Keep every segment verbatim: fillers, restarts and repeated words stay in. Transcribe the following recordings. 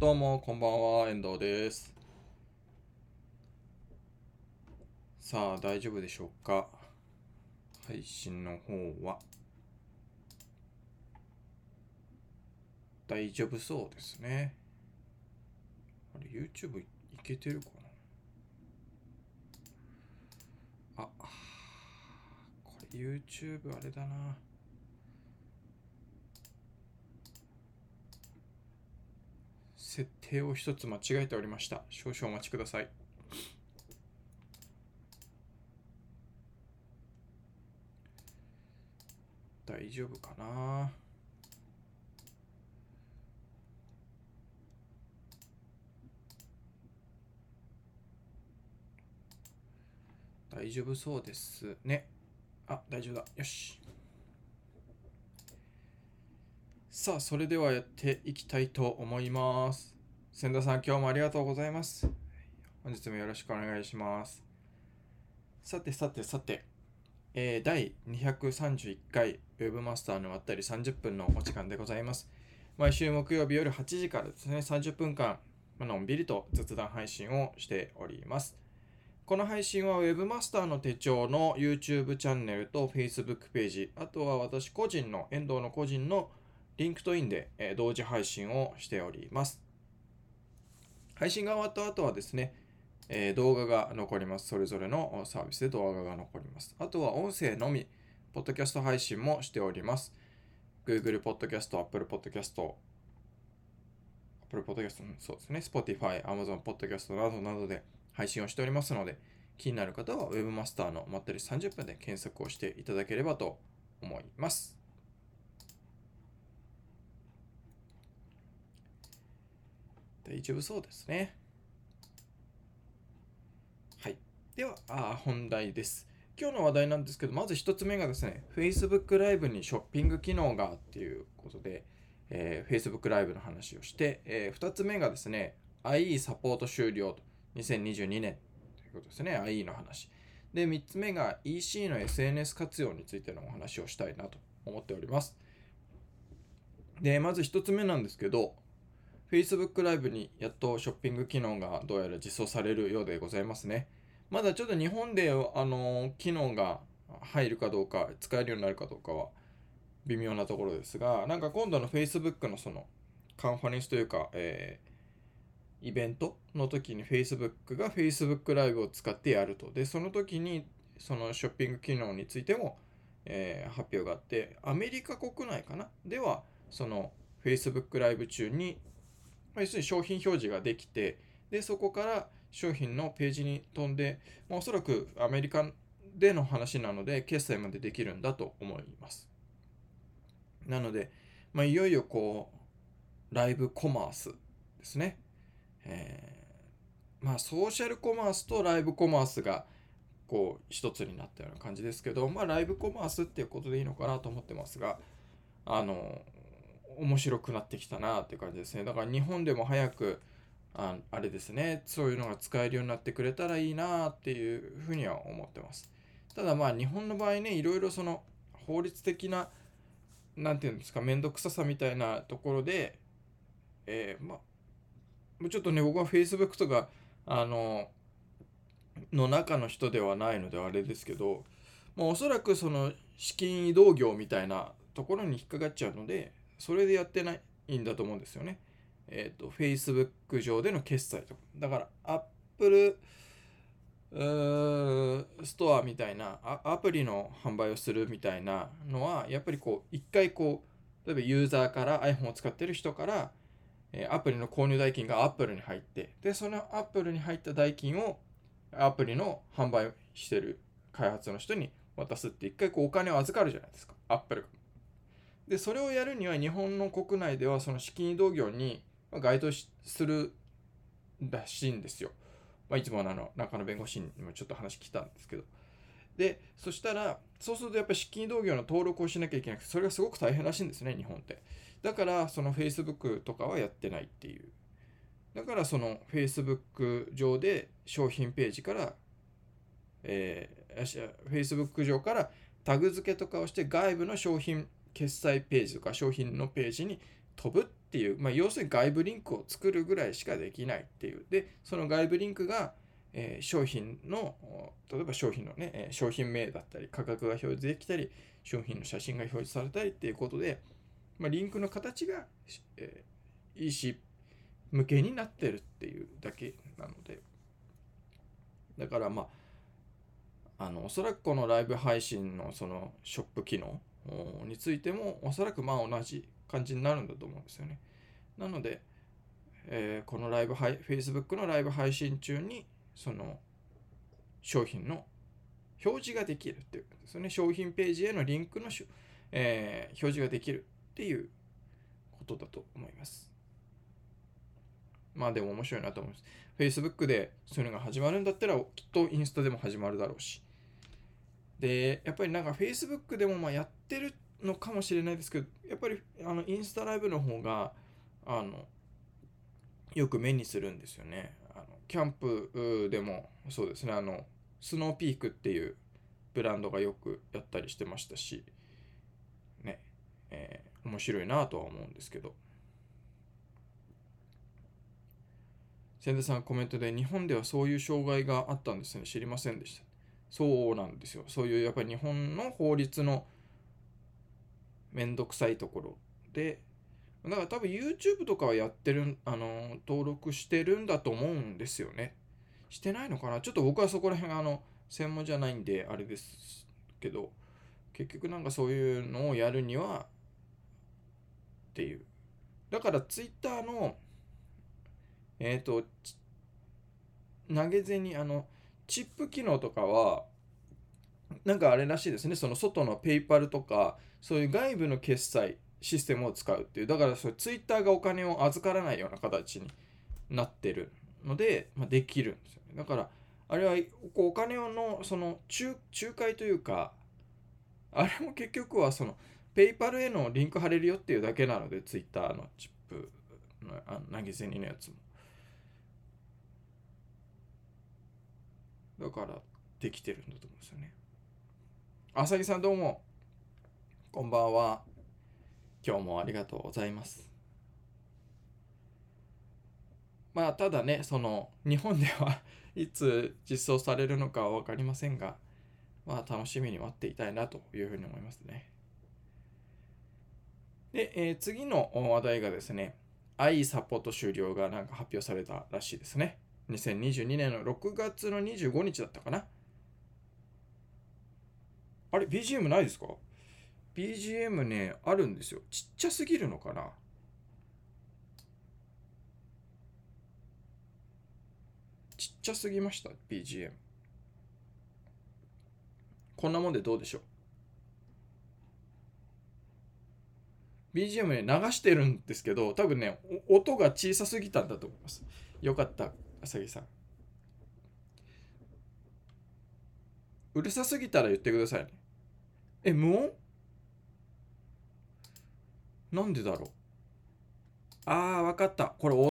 どうもこんばんは、遠藤です。さあ大丈夫でしょうか。配信の方は大丈夫そうですね。あれ YouTube いけてるかな。あ、これ YouTube あれだな。設定を一つ間違えておりました。少々お待ちください。大丈夫かな。大丈夫そうですね。あ、大丈夫だ。よし。さあ、それではやっていきたいと思います。千田さん、今日もありがとうございます。本日もよろしくお願いします。さてさてさて、えー、だいにひゃくさんじゅういっかいウェブマスターのまったりさんじゅっぷんのお時間でございます。毎週木曜日夜はちじからですね、さんじゅっぷんかん、のんびりと雑談配信をしております。この配信は Webmaster の手帳の YouTube チャンネルと Facebook ページ、あとは私個人の、遠藤の個人の LinkedIn で、えー同時配信をしております。配信が終わった後はですね、えー動画が残ります。それぞれのサービスで動画が残ります。あとは音声のみ、ポッドキャスト配信もしております。Google Podcast、Apple Podcast、Apple Podcast、そうですね、Spotify、Amazon Podcast などなどで配信をしておりますので、気になる方は Webmaster のまったりさんじゅっぷんで検索をしていただければと思います。大丈夫そうですね。はい。では、あ本題です。今日の話題なんですけど、まず一つ目がですね、Facebook ライブにショッピング機能がっていうことで、えー Facebook ライブの話をして、えー、二つ目がですね、アイイー サポート終了と、にせんにじゅうにねんということですね、アイイー の話。で、三つ目が イーシー の エスエヌエス 活用についてのお話をしたいなと思っております。で、まず一つ目なんですけど、Facebook ライブにやっとショッピング機能がどうやら実装されるようでございますね。まだちょっと日本であの機能が入るかどうか、使えるようになるかどうかは微妙なところですが、なんか今度の Facebook のそのカンファレンスというか、えーイベントの時に Facebook が Facebook ライブを使ってやると。で、その時にそのショッピング機能についても、えー発表があって、アメリカ国内かなでは、その Facebook ライブ中にまあ、要するに商品表示ができて、で、そこから商品のページに飛んで、まあ、おそらくアメリカでの話なので、決済までできるんだと思います。なので、まあ、いよいよこう、ライブコマースですね。えー、まあ、ソーシャルコマースとライブコマースが、こう、一つになったような感じですけど、まあ、ライブコマースっていうことでいいのかなと思ってますが、あの、面白くなってきたなっていう感じですね。だから日本でも早く、ああれですね、そういうのが使えるようになってくれたらいいなっていうふうには思ってます。ただまあ日本の場合ね、いろいろその法律的な、なんていうんですか、めんどくささみたいなところで、えー、まあ、ちょっとね、僕は Facebook とか、あの、の中の人ではないのであれですけど、まあ、おそらくその資金移動業みたいなところに引っかかっちゃうので、それでやってないんだと思うんですよね。えっ、ー、と、Facebook 上での決済とか。だから、Apple ストアみたいなアプリの販売をするみたいなのは、やっぱりこう、一回こう、例えばユーザーから iPhone を使ってる人から、アプリの購入代金が Apple に入って、で、その Apple に入った代金をアプリの販売してる開発の人に渡すって一回こうお金を預かるじゃないですか、Apple が。で、それをやるには日本の国内ではその資金移動業に該当するらしいんですよ。まあ、いつもあの中野弁護士にもちょっと話聞いたんですけど。で、そしたら、そうするとやっぱり資金移動業の登録をしなきゃいけなくて、それがすごく大変らしいんですね、日本って。だから、その Facebook とかはやってないっていう。だからその Facebook 上で商品ページから、えー、Facebook 上からタグ付けとかをして外部の商品決済ページとか商品のページに飛ぶっていう、まあ、要するに外部リンクを作るぐらいしかできないっていう。で、その外部リンクが、えー商品の、例えば商品のね、えー商品名だったり、価格が表示できたり、商品の写真が表示されたりっていうことで、まあ、リンクの形が、えー、イーシー 向けになってるっていうだけなので、だからまあ、あのおそらくこのライブ配信のそのショップ機能についてもおそらくまあ同じ感じになるんだと思うんですよね。なので、えーこのライブ配 Facebook のライブ配信中にその商品の表示ができるっていうですよね。商品ページへのリンクのしゅ、えー表示ができるっていうことだと思います。まあでも面白いなと思います。Facebook でそういうのが始まるんだったらきっとインスタでも始まるだろうし。で、やっぱりなんか Facebook でもまあやってるのかもしれないですけど、やっぱりあのインスタライブの方があのよく目にするんですよね。あのキャンプでもそうですね、あのスノーピークっていうブランドがよくやったりしてましたし、ね、えー面白いなとは思うんですけど。千田さんコメントで日本ではそういう障害があったんですね。知りませんでした。そうなんですよ。そういうやっぱり日本の法律のめんどくさいところで、だから多分 YouTube とかはやってる、あの、登録してるんだと思うんですよね。してないのかな、ちょっと僕はそこら辺あの、専門じゃないんであれですけど、結局なんかそういうのをやるにはっていう。だから Twitter の、えっと、投げ銭、あの、チップ機能とかは、なんかあれらしいですね、その外のペイパルとか、そういう外部の決済システムを使うっていう、だからそれツイッターがお金を預からないような形になってるので、まあ、できるんですよね。だから、あれはこうお金をの、その仲仲介というか、あれも結局はその、ペイパルへのリンク貼れるよっていうだけなので、ツイッターのチップのあの投げ銭のやつも。だから、できてるんだと思うんですよね。あさぎさんどうも、こんばんは。今日もありがとうございます。まあ、ただね、その、日本ではいつ実装されるのかは分かりませんが、まあ、楽しみに待っていたいなというふうに思いますね。で、えー次の話題がですね、i サポート終了がなんか発表されたらしいですね。にせんにじゅうにねんのろくがつのにじゅうごにちだったかな。あれ、ビージーエム ないですか？ ビージーエム ね、あるんですよ。ちっちゃすぎるのかな。ちっちゃすぎました、ビージーエム。こんなもんでどうでしょう。ビージーエム ね、流してるんですけど、多分ね、音が小さすぎたんだと思います。よかった、あさぎさん。うるさすぎたら言ってくださいね。え、無音なんでだろう。あー、わかった。これ、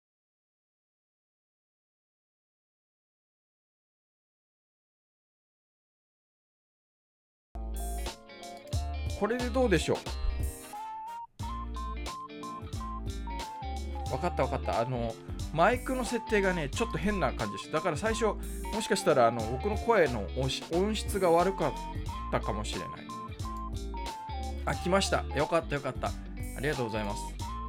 これでどうでしょう。わかったわかった。あの、マイクの設定がね、ちょっと変な感じでした。だから最初、もしかしたらあの僕の声の音質が悪かったかもしれない。あ、来ました。よかったよかった。ありがとうございます。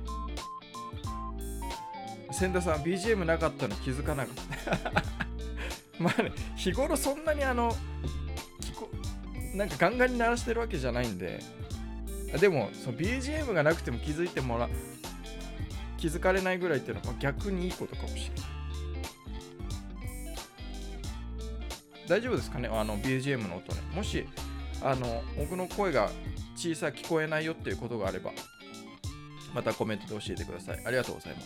千田さん、ビージーエム なかったの気づかなかった。まあね、日頃そんなにあの、聞こなんかガンガンに鳴らしてるわけじゃないんで、でもその ビージーエム がなくても気づいてもら気づかれないぐらいっていうのは逆にいいことかもしれない。大丈夫ですかね、あの ビージーエム の音ね。もしあの僕の声が小さく聞こえないよっていうことがあれば、またコメントで教えてください。ありがとうございます。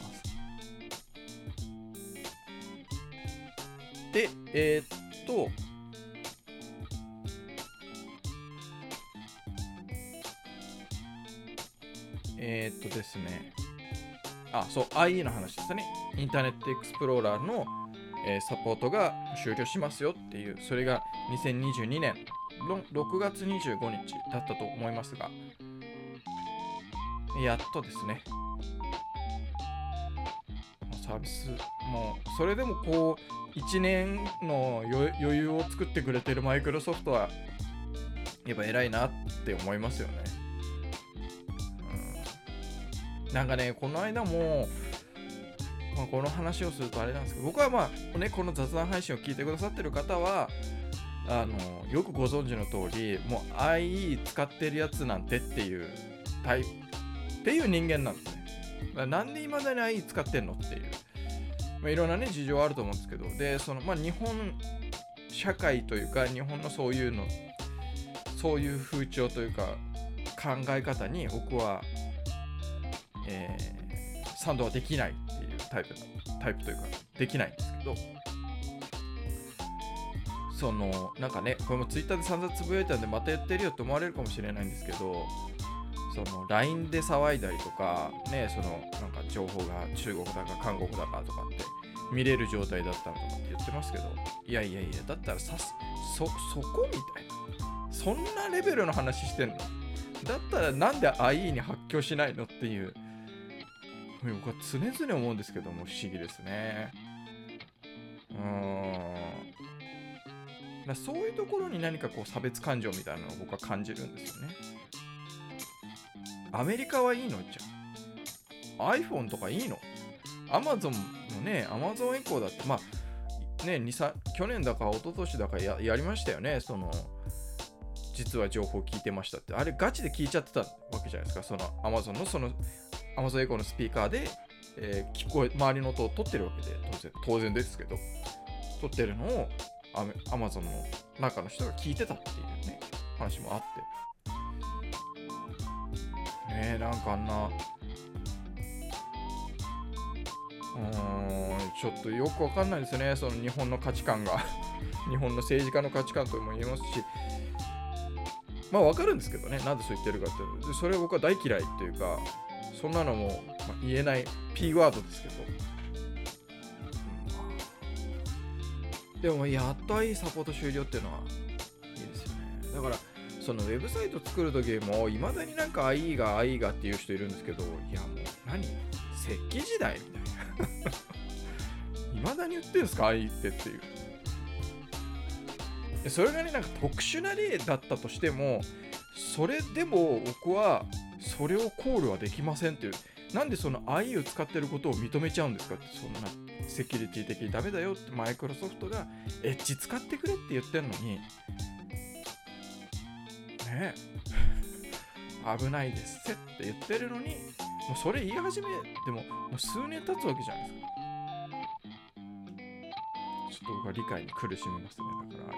で、えー、っと、えー、っとですね、あ、そう、アイイー の話ですね。インターネットエクスプローラーの、えーサポートが終了しますよっていう、それがにせんにじゅうにねんのろくがつにじゅうごにちだったと思いますが、 やっとですね、サービスもうそれでもこういちねんの余裕を作ってくれてるマイクロソフトはやっぱ偉いなって思いますよね。うん、なんかね、この間も、まあ、この話をするとあれなんですけど、僕はまあね、この雑談配信を聞いてくださってる方はあのよくご存知の通り、もう アイイー 使ってるやつなんてっていうタイプっていう人間なんですね。なんで未だに アイイー 使ってんのっていう、まあ、いろんなね事情あると思うんですけど、でそのまあ日本社会というか日本のそういうのそういう風潮というか考え方に僕は、えー、賛同はできないっていうタイプタイプというかできないんですけど、そのなんかね、これもツイッターで散々つぶやいたんでまた言ってるよって思われるかもしれないんですけど、その ライン で騒いだりとかね、そのなんか情報が中国だか韓国だかとかって見れる状態だったのとかって言ってますけど、いやいやいや、だったらさすそそこみたいな、そんなレベルの話してんのだったらなんで アイイー に発狂しないのっていう、僕は常々思うんですけども、不思議ですね。うーん、そういうところに何かこう差別感情みたいなのを僕は感じるんですよね。アメリカはいいのじゃん。iPhone とかいいの？ Amazon のね、Amazon エコーだって、まあ、ね、に、さん去年だか一昨年だか や, やりましたよね。その、実は情報聞いてましたって。あれガチで聞いちゃってたわけじゃないですか。その Amazon のその Amazon エコーのスピーカーで、えー、聞こえ、周りの音を取ってるわけで、当然、当然ですけど、取ってるのを Amazon の中の人が聞いてたっていうね、話もあって。ねえ、なんかあんな、うーん、ちょっとよくわかんないですね、その日本の価値観が。日本の政治家の価値観とも言えますし、まあわかるんですけどね、なんでそう言ってるかって。でそれは僕は大嫌いっていうか、そんなのも、まあ、言えない P ワードですけど。うん、でも、やっといいサポート終了っていうのはいいですよね。だから、そのウェブサイト作るときも、いまだになんか アイイー が アイイー がっていう人いるんですけど、いやもう、何石器時代みたいな。いまだに言ってるんですか アイイー ってっていう。それがね、なんか特殊な例だったとしても、それでも僕はそれを考慮はできませんっていう。なんでその アイイー を使ってることを認めちゃうんですかって、そんなセキュリティ的にダメだよってマイクロソフトがエッジ使ってくれって言ってんのに、ねえ、危ないですって言ってるのに、もうそれ言い始めてももう数年経つわけじゃないですか。ちょっと僕は理解に苦しみますね。だから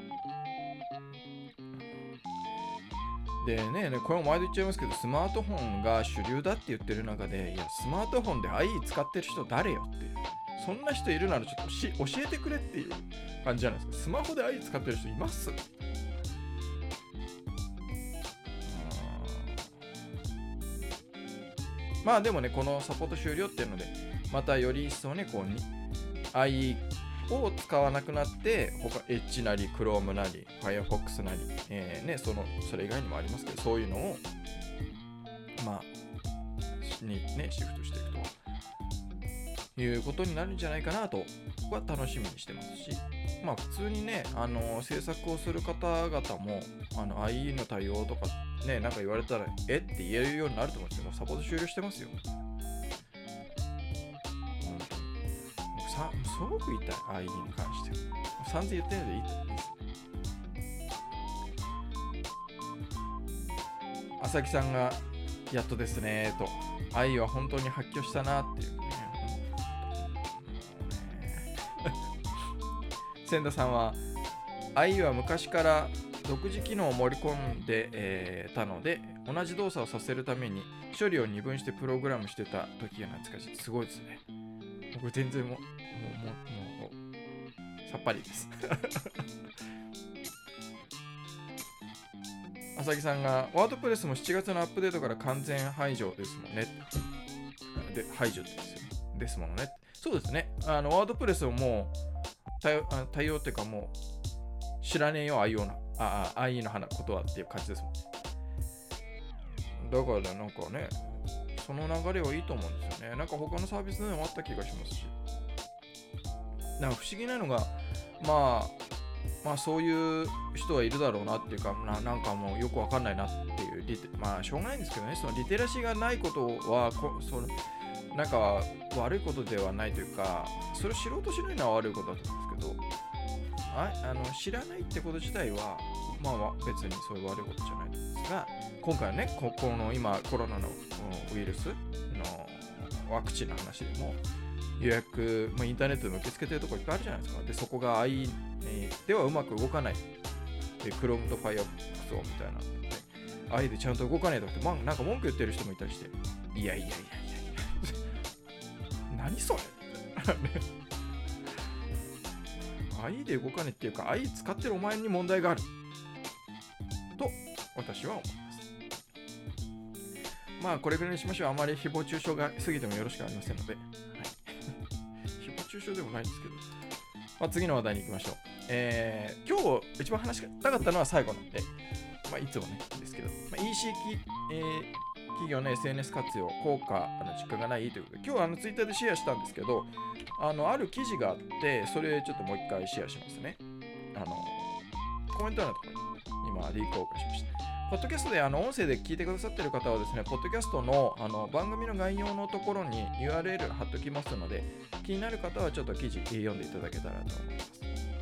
でね、これも毎度言っちゃいますけど、スマートフォンが主流だって言ってる中で、いや、スマートフォンで アイイー 使ってる人誰よっていう。そんな人いるならちょっとし教えてくれっていう感じじゃないですか。スマホで アイイー 使ってる人います？まあでもね、このサポート終了っていうので、またより一層ね、こうに アイイー を使わなくなって、他 Edge なり Chrome なり Firefox なり、えー、ね、そのそれ以外にもありますけど、そういうのをまあにねシフトしていくということになるんじゃないかなと僕は楽しみにしてますし、まあ普通にね、あの制作をする方々もあの アイイー の対応とかね、なんか言われたらえって言えるようになると思うんですけど、サポート終了してますよ。さすごく言いたい アイイー に関しては。さんぜん言ってるのでいいと思います。朝木さんがやっとですねと、アイイーは本当に発狂したなっていうね。千田さんは アイイー は昔から独自機能を盛り込んで、えー、たので、同じ動作をさせるために処理を二分してプログラムしてた時が懐かしい。すごいですね。僕全然もうもうもうもうさっぱりです。朝木さんがワードプレスもしちがつのアップデートから完全排除ですもんね。で排除ですよですもんね。そうですね。あのワードプレスをもう対応、対応っていうかもう知らねえよああいうようなあああいいのことはっていう感じですもんね。だからなんかね、 その流れはいいと思うんですよね。なんか他のサービスでもあった気がしますし、なんか不思議なのが、まあまあそういう人はいるだろうなっていうか、な, なんかもうよくわかんないなっていうリテ、まあしょうがないんですけどね、そのリテラシーがないことはこそのなんか悪いことではないというか、それを知ろうとしないのは悪いことだと思うんですけど、ああの知らないってこと自体はまあ別にそういう悪いことじゃないんですが、今回はね、ここの今コロナのウイルスのワクチンの話でも予約、まあ、インターネットでも受け付けてるところいっぱいあるじゃないですか。で、そこが アイ、えー、ではうまく動かない。で、Chrome と Firefox をみたいな。アイ でちゃんと動かないとかって、まあ、なんか文句言ってる人もいたりして、いやいやいやいやいや、何それアイ で動かないっていうか、アイ 使ってるお前に問題がある。と、私は思います。まあ、これぐらいにしましょう。あまり誹謗中傷が過ぎてもよろしくありませんので。中傷でもないんですけど、まあ、次の話題に行きましょう。えー、今日一番話したかったのは最後なんで、まあ、いつもねですけど、まあ、イーシー き、えー、企業の エスエヌエス 活用効果の実感がないということで、今日あのツイッターでシェアしたんですけど、あのある記事があって、それちょっともう一回シェアしますね。あのコメント欄のところに今リンクを公開しました。ポッドキャストであの音声で聞いてくださっている方はですね、ポッドキャスト の, あの番組の概要のところに ユーアールエル 貼っておきますので、気になる方はちょっと記事読んでいただけたらと思います。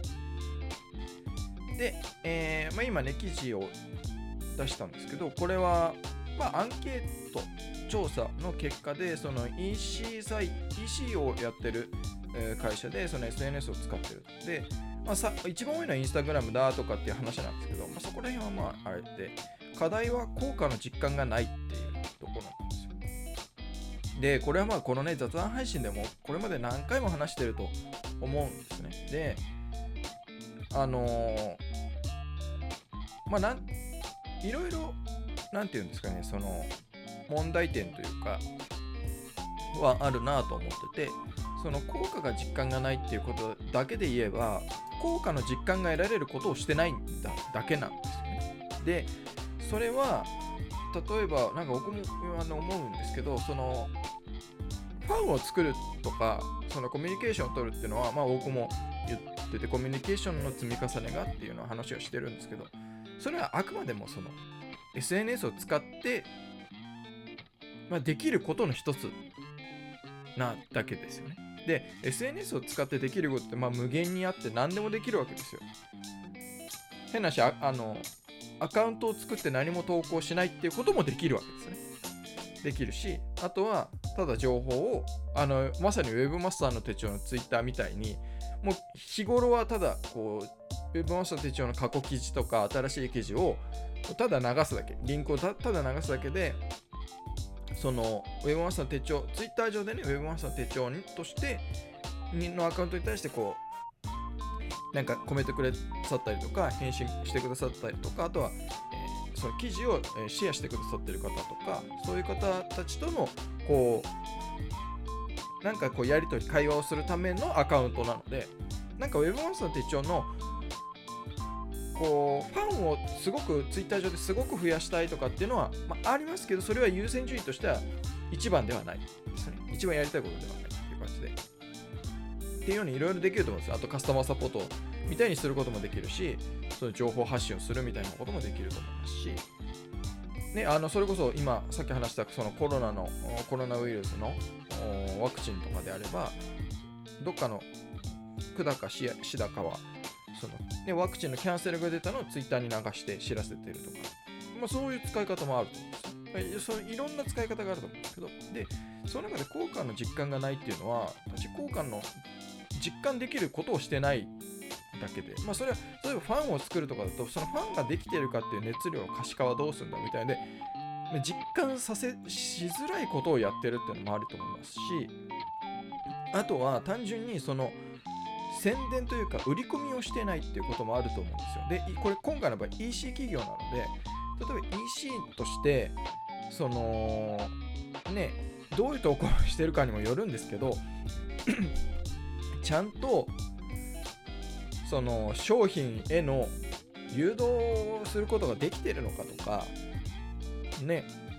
で、えーまあ、今ね、記事を出したんですけど、これは、まあ、アンケート調査の結果で、その イーシー サイ イーシー をやってる会社で、その エスエヌエス を使ってる。で、まあ、さ一番多いのはインスタグラムだとかっていう話なんですけど、まあ、そこら辺はまああれで、課題は効果の実感がないっていうところなんですよ。で、これはまあこのね、雑談配信でもこれまで何回も話してると思うんですね。で、あのー、まあなん、いろいろ、なんていうんですかね、その問題点というか、はあるなと思ってて、その効果が実感がないっていうことだけで言えば、効果の実感が得られることをしてないんだだけなんですよね。で、それは例えばなんか僕もあの思うんですけど、そのファンを作るとか、そのコミュニケーションを取るっていうのは、まあ僕も言ってて、コミュニケーションの積み重ねがっていうのを話をしてるんですけど、それはあくまでもその エスエヌエス を使って、まあ、できることの一つなだけですよね。で、エスエヌエス を使ってできることって、まあ、無限にあって何でもできるわけですよ。変なし、あ、あの、アカウントを作って何も投稿しないっていうこともできるわけですね。できるし、あとは、ただ情報を、あの、まさに Webmaster の手帳の Twitter みたいに、もう日頃はただ、こう、Webmaster の手帳の過去記事とか新しい記事をただ流すだけ、リンクを た, ただ流すだけで、その Webmaster の手帳、Twitter 上でね、Webmaster の手帳にとしてのアカウントに対してこうなんかコメントくださったりとか、返信してくださったりとか、あとは、えー、その記事をシェアしてくださってる方とか、そういう方たちとのこうなんかこうやり取り、会話をするためのアカウントなので、なんか Webmaster の手帳のこうファンをすごくツイッター上ですごく増やしたいとかっていうのは、まあ、ありますけど、それは優先順位としては一番ではないですね。一番やりたいことではないっていう感じで、っていうようにいろいろできると思うんですよ。あとカスタマーサポートみたいにすることもできるし、その情報発信をするみたいなこともできると思いますし、ね、あのそれこそ今さっき話したそのコロナのコロナウイルスのワクチンとかであれば、どっかの区だか市だかはそのね、ワクチンのキャンセルが出たのをツイッターに流して知らせてるとか、まあ、そういう使い方もあると思うんですよ。そういろんな使い方があると思うんですけど、で、その中で効果の実感がないっていうのは、効果の実感できることをしてないだけで、まあそれは例えばファンを作るとかだと、そのファンができてるかっていう熱量を可視化はどうするんだみたいで、実感させしづらいことをやってるっていうのもあると思いますし、あとは単純にその宣伝というか売り込みをしてないっていうこともあると思うんですよ。で、これ今回の場合 イーシー 企業なので、例えば イーシー としてそのね、どういう投稿をしてるかにもよるんですけどちゃんとその商品への誘導することができてるのかとかね、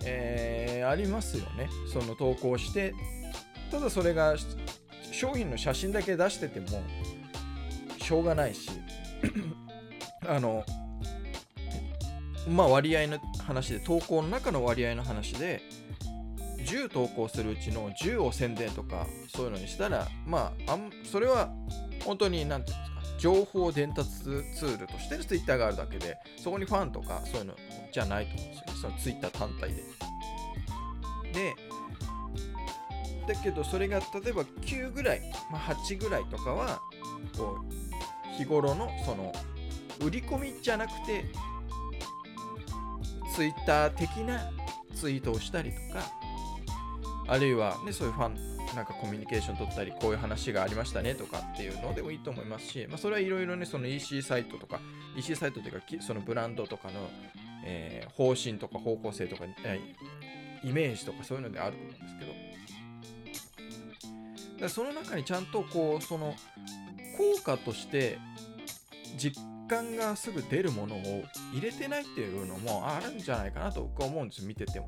えー、ありますよね。その投稿して、ただそれが商品の写真だけ出しててもしょうがないしあのまあ割合の話で、投稿の中の割合の話でじゅう投稿するうちのじゅうを宣伝とかそういうのにしたら、まあ、あんそれは本当に何て言うんですか、情報伝達ツールとしてのツイッターがあるだけで、そこにファンとかそういうのじゃないと思うんですよね、そのツイッター単体で。でだけどそれが例えばきゅうぐらい、まあ、はちぐらいとかはこう日頃のその売り込みじゃなくてツイッター的なツイートをしたりとか、あるいは、ね、そういうファンなんかコミュニケーション取ったり、こういう話がありましたねとかっていうのでもいいと思いますし、まあ、それはいろいろね、その イーシー サイトとか イーシー サイトというかそのブランドとかの、えー、方針とか方向性とか、えー、イメージとかそういうのであると思うんですけど、だからその中にちゃんとこうその効果として実感がすぐ出るものを入れてないっていうのもあるんじゃないかなと僕は思うんですよ、見てても。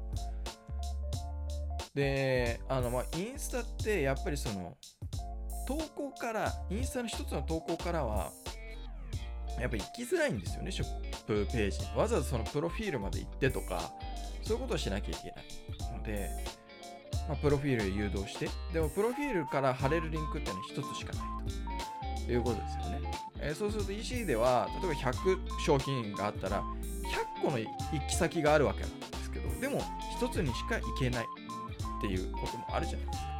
で、あのまあインスタってやっぱりその投稿からインスタの一つの投稿からはやっぱり行きづらいんですよね、ショップページにわざわざそのプロフィールまで行ってとかそういうことをしなきゃいけないので、まあ、プロフィールへ誘導して、でもプロフィールから貼れるリンクっていうのは一つしかないということですよね。えー、そうすると イーシー では例えばひゃく商品があったらひゃっこの行き先があるわけなんですけど、でも一つにしか行けないっていうこともあるじゃないですか。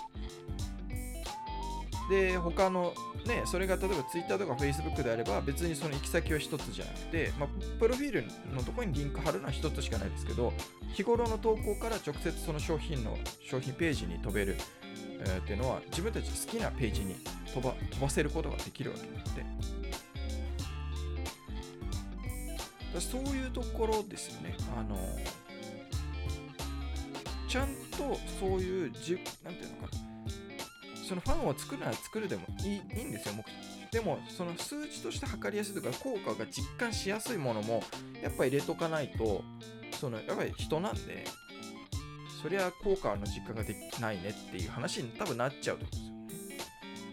で他のね、それが例えば Twitter とか Facebook であれば別にその行き先は一つじゃなくて、まあ、プロフィールのところにリンク貼るのは一つしかないですけど、日頃の投稿から直接その商品の商品ページに飛べる、えー、っていうのは自分たち好きなページに飛ば、飛ばせることができるわけなので、だそういうところですよね。あのちゃんとそういうじなんていうのかな、そのファンを作るなら作るでもいい、いいんですよ。でもその数値として測りやすいとか効果が実感しやすいものもやっぱ入れとかないと、そのやっぱり人なんでそりゃ効果の実感ができないねっていう話に多分なっちゃうと思うんですよね。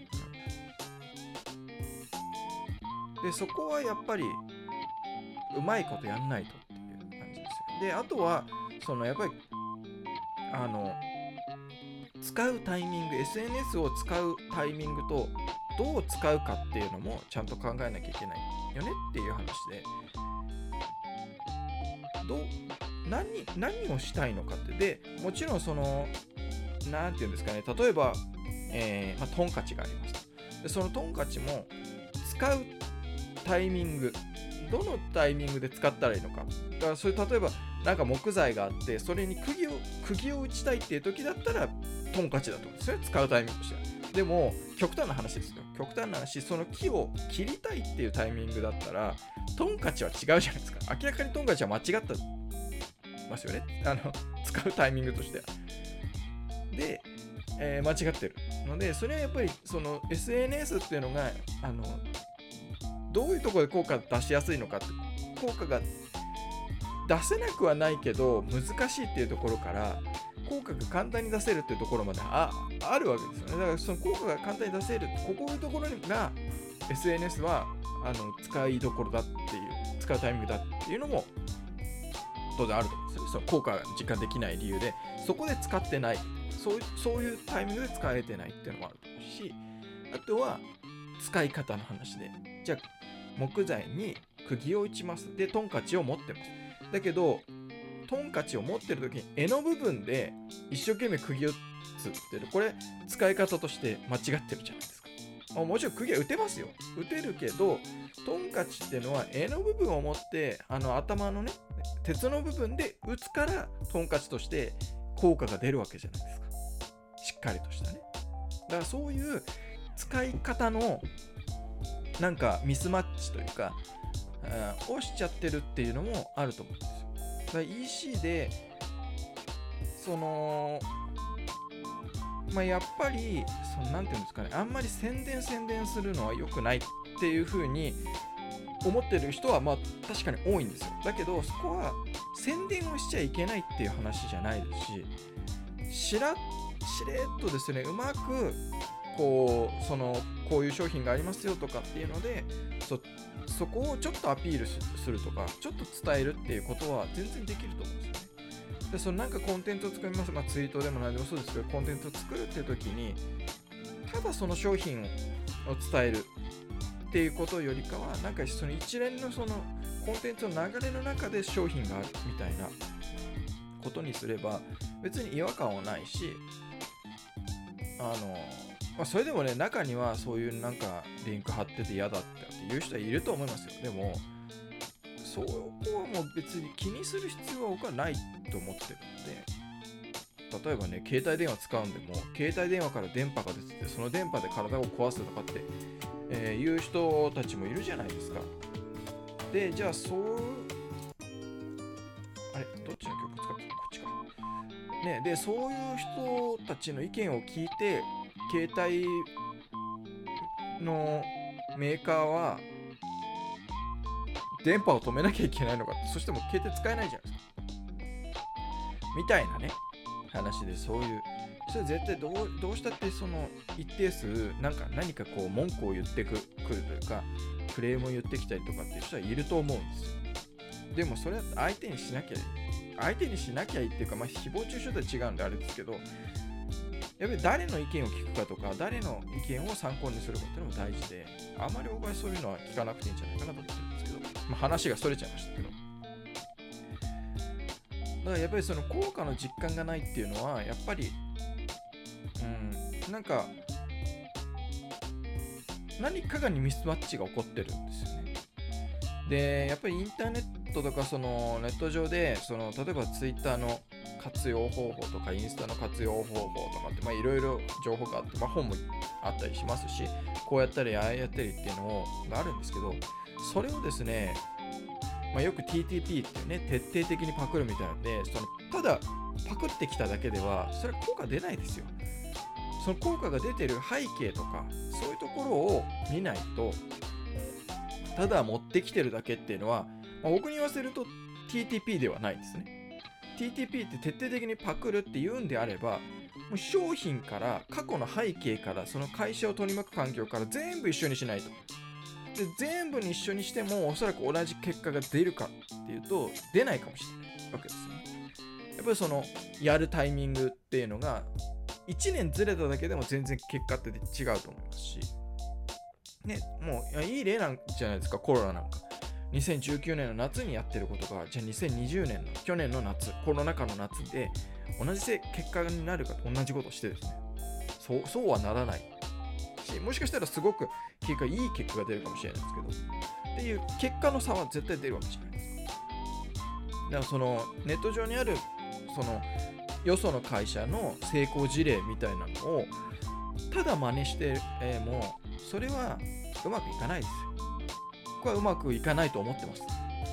でそこはやっぱりうまいことやんないとっていう感じですよ。であとはそのやっぱりあの使うタイミング エスエヌエス を使うタイミングとどう使うかっていうのもちゃんと考えなきゃいけないよねっていう話で、どう 何, 何をしたいのかって、でもちろんそのなんていうんですかね、例えば、えーまあ、トンカチがあります。でそのトンカチも使うタイミング、どのタイミングで使ったらいいのか、だからそれ例えばなんか木材があってそれに釘を釘を打ちたいっていう時だったらトンカチだと思うんですよ、使うタイミングとしては。でも極端な話ですよ、極端な話、その木を切りたいっていうタイミングだったらトンカチは違うじゃないですか。明らかにトンカチは間違ってますよね、あの使うタイミングとしては。で、えー、間違ってるので、それはやっぱりその エスエヌエス っていうのがあのどういうところで効果出しやすいのかって、効果が出せなくはないけど難しいっていうところから効果が簡単に出せるっていうところまで あ, あるわけですよね。だからその効果が簡単に出せる、ここいうところが エスエヌエス はあの使いどころだっていう、使うタイミングだっていうのも当然あると思うんですよ。その効果が実感できない理由でそこで使ってない、そういう、そういうタイミングで使えてないっていうのもあると思うし、あとは使い方の話で、じゃあ木材に釘を打ちます。でトンカチを持ってます。だけどトンカチを持ってる時に柄の部分で一生懸命釘を打つっていう、これ使い方として間違ってるじゃないですか。もちろん釘は打てますよ、打てるけどトンカチっていうのは柄の部分を持ってあの頭のね鉄の部分で打つからトンカチとして効果が出るわけじゃないですか、しっかりとしたね。だからそういう使い方のなんかミスマッチというかをしちゃってるっていうのもあると思うんですよ。だから イーシー でそのまあやっぱりそのなんていうんですかね、あんまり宣伝宣伝するのは良くないっていう風に思ってる人はまあ確かに多いんですよ。だけどそこは宣伝をしちゃいけないっていう話じゃないですし、しらしれっとですね、うまくこうそのこういう商品がありますよとかっていうので、そそこをちょっとアピールするとか、ちょっと伝えるっていうことは全然できると思うんですよね。で、そのなんかコンテンツを作ります、まあ、ツイートでも何でもそうですけど、コンテンツを作るっていう時に、ただその商品を伝えるっていうことよりかは、なんかその一連のそのコンテンツの流れの中で商品があるみたいなことにすれば別に違和感はないし、あの、まあ、それでもね、中にはそういうなんかリンク貼ってて嫌だっていう人はいると思いますよ。でもそこはもう別に気にする必要は僕はないと思ってるので、例えばね、携帯電話使うんでも、携帯電話から電波が出てて、その電波で体を壊すとかって、えー、いう人たちもいるじゃないですか。で、じゃあそう、あれ、どっちの曲使ってるの？こっちか。ね、で、そういう人たちの意見を聞いて、携帯のメーカーは電波を止めなきゃいけないのかって、そしても携帯使えないじゃないですか。みたいなね、話で、そういう、それ絶対どう、どうしたってその一定数、なんか何かこう文句を言ってく、くるというか、クレームを言ってきたりとかっていう人はいると思うんですよ。でもそれは相手にしなきゃ、相手にしなきゃいいっていうか、まあ誹謗中傷とは違うんであれですけど、やっぱり誰の意見を聞くかとか、誰の意見を参考にするかっていうのも大事で、あまり僕はそういうのは聞かなくていいんじゃないかなと思ってるんですけど、まあ、話がそれちゃいましたけど。だからやっぱりその効果の実感がないっていうのは、やっぱり、うん、なんか、何かがにミスマッチが起こってるんですよね。で、やっぱりインターネットとかそのネット上で、その例えばツイッターの活用方法とかインスタの活用方法とかって、まあいろいろ情報があって、まあ本もあったりしますし、こうやったりああやったりっていうのがあるんですけど、それをですね、まあ、よく ティーティーピー っていうね、徹底的にパクるみたいなので、そのただパクってきただけでは、それは効果出ないですよ。その効果が出てる背景とか、そういうところを見ないと、ただ持ってきてるだけっていうのは、まあ、僕に言わせると ティーティーピー ではないんですね。ティーティーピー って徹底的にパクるって言うんであれば、もう商品から過去の背景からその会社を取り巻く環境から全部一緒にしないと。で、全部に一緒にしてもおそらく同じ結果が出るかっていうと出ないかもしれないわけですね。やっぱりそのやるタイミングっていうのがいちねんずれただけでも全然結果って違うと思いますし、ね、もういい例なんじゃないですか。コロナなんかにせんじゅうきゅうねんの夏にやってることが、じゃあにせんにじゅうねんの去年の夏、コロナ禍の夏で同じ結果になるかと同じことをしてですね、そうそうはならないし、もしかしたらすごく結果いい結果が出るかもしれないですけど、っていう結果の差は絶対出るわけじゃないですか。だからそのネット上にあるそのよその会社の成功事例みたいなのをただ真似して、えー、もそれはうまくいかないですよ。僕はうまくいかないと思ってます。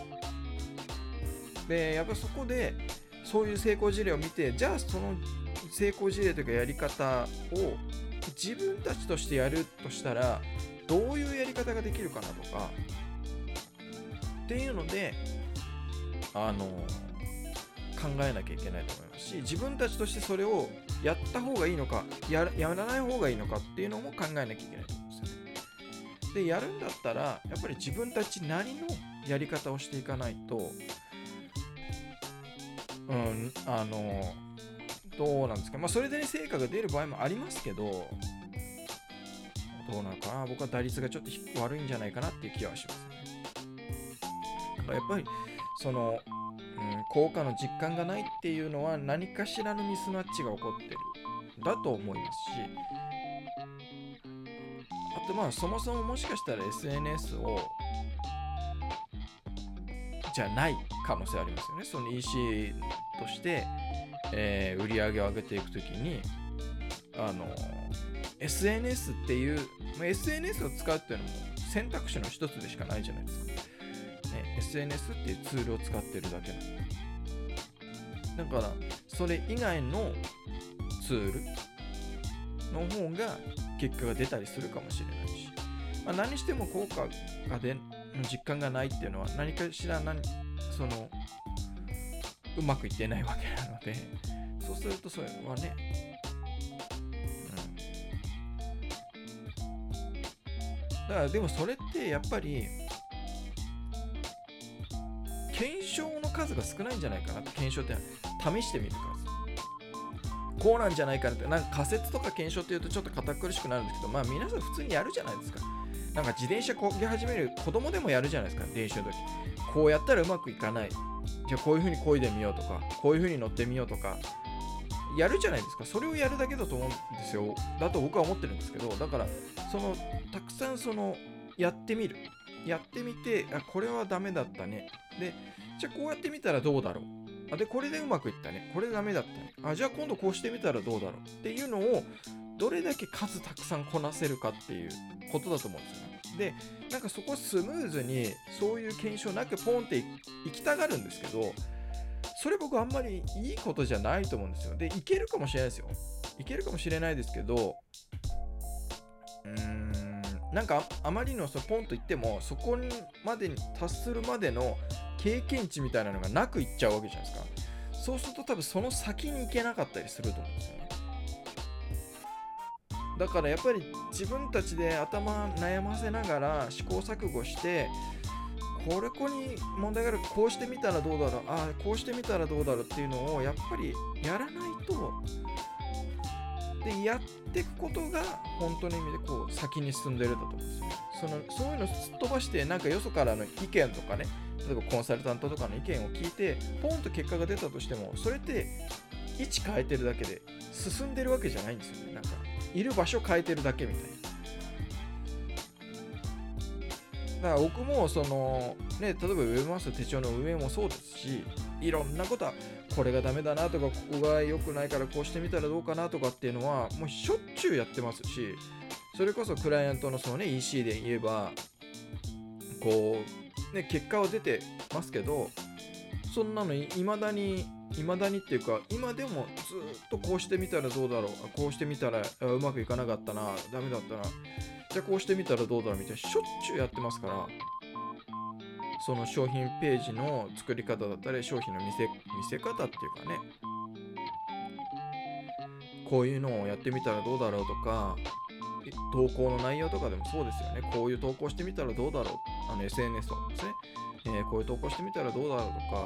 で、やっぱそこでそういう成功事例を見て、じゃあその成功事例というかやり方を自分たちとしてやるとしたらどういうやり方ができるかなとかっていうので、あの考えなきゃいけないと思いますし、自分たちとしてそれをやった方がいいのか や, やらない方がいいのかっていうのも考えなきゃいけないと思うんですよね。で、やるんだったらやっぱり自分たちなりのやり方をしていかないと、うんあのどうなんですか、まあそれで、ね、成果が出る場合もありますけど、どうなのかな、僕は打率がちょっと悪いんじゃないかなっていう気はしますね。だからやっぱりそのうん、効果の実感がないっていうのは何かしらのミスマッチが起こってるだと思いますし、あとまあそもそももしかしたら エスエヌエス をじゃない可能性ありますよね。その イーシー として、えー、売り上げを上げていくときにあの エスエヌエス っていう、まあ、エスエヌエス を使うっていうのも選択肢の一つでしかないじゃないですか。ね、エスエヌエス っていうツールを使ってるだけなの。だからそれ以外のツールの方が結果が出たりするかもしれないし、まあ、何しても効果が出の実感がないっていうのは何かしら何そのうまくいってないわけなので、そうするとそれはね、うん、だからでもそれってやっぱり検証の数が少ないんじゃないかなって。検証って試してみる数、こうなんじゃないかなって。なんか仮説とか検証っていうとちょっと堅苦しくなるんですけど、まあ皆さん普通にやるじゃないですか。なんか自転車こぎ始める子供でもやるじゃないですか。練習の時こうやったらうまくいかない、じゃあこういう風に漕いでみようとか、こういう風に乗ってみようとかやるじゃないですか。それをやるだけだと思うんですよ。だと僕は思ってるんですけど、だからそのたくさんそのやってみる、やってみて、あ、これはダメだったね。で、じゃあこうやってみたらどうだろう。あ、で、これでうまくいったね。これダメだったね。あ、じゃあ今度こうしてみたらどうだろうっていうのをどれだけ数たくさんこなせるかっていうことだと思うんですよね。で、なんかそこスムーズにそういう検証なくポンっていきたがるんですけど、それ僕あんまりいいことじゃないと思うんですよ。で、いけるかもしれないですよ。いけるかもしれないですけど、うーん、なんか あ, あまりのそのポンといっても、そこにまでに達するまでの経験値みたいなのがなくいっちゃうわけじゃないですか。そうすると多分その先に行けなかったりすると思うんですよね。だからやっぱり自分たちで頭悩ませながら試行錯誤して、これこに問題がある、こうしてみたらどうだろう、ああこうしてみたらどうだろうっていうのをやっぱりやらないと、でやっていくことが本当の意味でこう先に進んでるだと思うんですよね。そのそういうのすっ飛ばして、なんかよそからの意見とかね、例えばコンサルタントとかの意見を聞いてポンと結果が出たとしても、それって位置変えてるだけで進んでるわけじゃないんですよね。なんかいる場所変えてるだけみたいな。だから僕もそのね、例えばウェブマスター手帳の運営もそうですし、いろんなことはこれがダメだなとか、ここが良くないからこうしてみたらどうかなとかっていうのはもうしょっちゅうやってますし、それこそクライアントのそのね イーシー で言えばこうね結果は出てますけど、そんなのいまだにいまだにっていうか、今でもずっとこうしてみたらどうだろう、こうしてみたらうまくいかなかったな、ダメだったな、じゃあこうしてみたらどうだろうみたいな、しょっちゅうやってますから、その商品ページの作り方だったり、商品の見せ見せ方っていうかね、こういうのをやってみたらどうだろうとか、投稿の内容とかでもそうですよね。こういう投稿してみたらどうだろう、あの エスエヌエス とかですね、えー、こういう投稿してみたらどうだろうとか、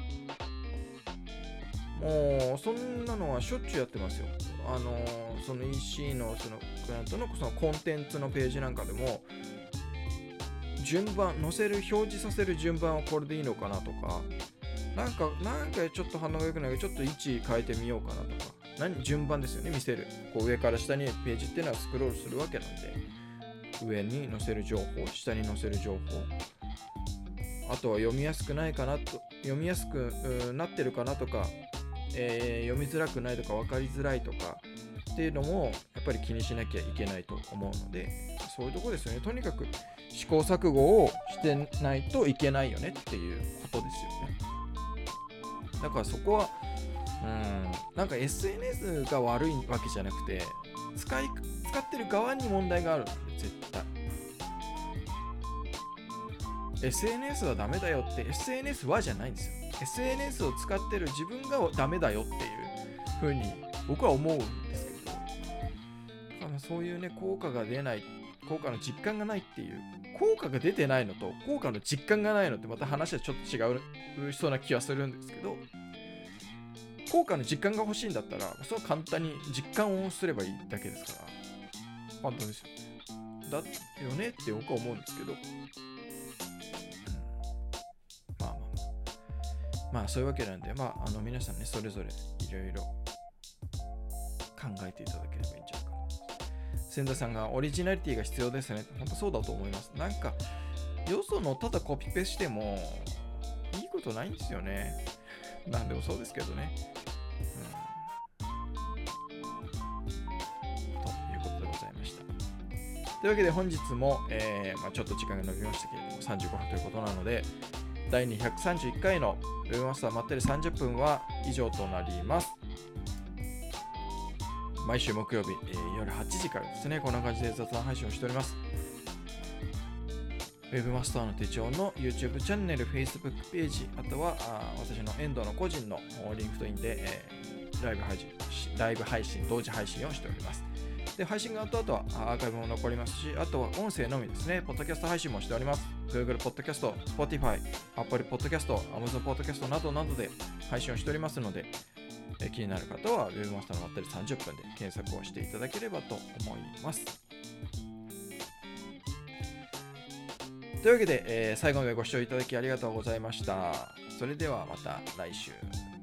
もうそんなのはしょっちゅうやってますよ。あのー、その イーシー のそのクライアントのそのコンテンツのページなんかでも、順番載せる表示させる順番はこれでいいのかなとか、なんかなんかちょっと反応が良くないけどちょっと位置変えてみようかなとか、何順番ですよね、見せる。こう上から下にページっていうのはスクロールするわけなんで、上に載せる情報、下に載せる情報、あとは読みやすくないかなと、読みやすくなってるかなとか、えー、読みづらくないとか分かりづらいとかっていうのもやっぱり気にしなきゃいけないと思うので、そういうとこですよね。とにかく試行錯誤をしてないといけないよねっていうことですよね。だからそこはうーんなんか エスエヌエス が悪いわけじゃなくて、使い使ってる側に問題があるんで、絶対 エスエヌエス はダメだよって エスエヌエス はじゃないんですよ。 エスエヌエス を使ってる自分がダメだよっていう風に僕は思うんですけど、だからそういうね効果が出ない、効果の実感がないっていう、効果が出てないのと効果の実感がないのってまた話はちょっと違うそうな気はするんですけど、効果の実感が欲しいんだったらそれは簡単に実感をすればいいだけですから簡単ですよね。だよねって僕は思うんですけど、まあまあまあまあそういうわけなんで、まああの皆さんねそれぞれいろいろ考えていただければいいんじゃないかな。千田さんがオリジナリティが必要ですね。本当そうだと思います。なんかよそのただコピペしてもいいことないんですよね。なんでもそうですけどね。うん、ということでございました。というわけで本日も、えーまあ、ちょっと時間が伸びましたけれどもさんじゅうごふんということなので、だいにひゃくさんじゅういっかいのウェブマスターまったりさんじゅっぷんは以上となります。毎週木曜日、えー、夜はちじからですね、こんな感じで雑談配信をしております。 ウェブマスターの手帳の YouTube チャンネル、Facebook ページ、あとはあ私の遠藤の個人のリンクトインで、えー、ライブ配信、ライブ配信、同時配信をしております。で、配信が終わった後はアーカイブも残りますし、あとは音声のみですね、ポッドキャスト配信もしております。Google Podcast、Spotify、Apple Podcast、Amazon Podcast などなどで配信をしておりますので、え気になる方は Webmaster のまったりさんじゅっぷんで検索をしていただければと思います。というわけで、えー、最後までご視聴いただきありがとうございました。それではまた来週。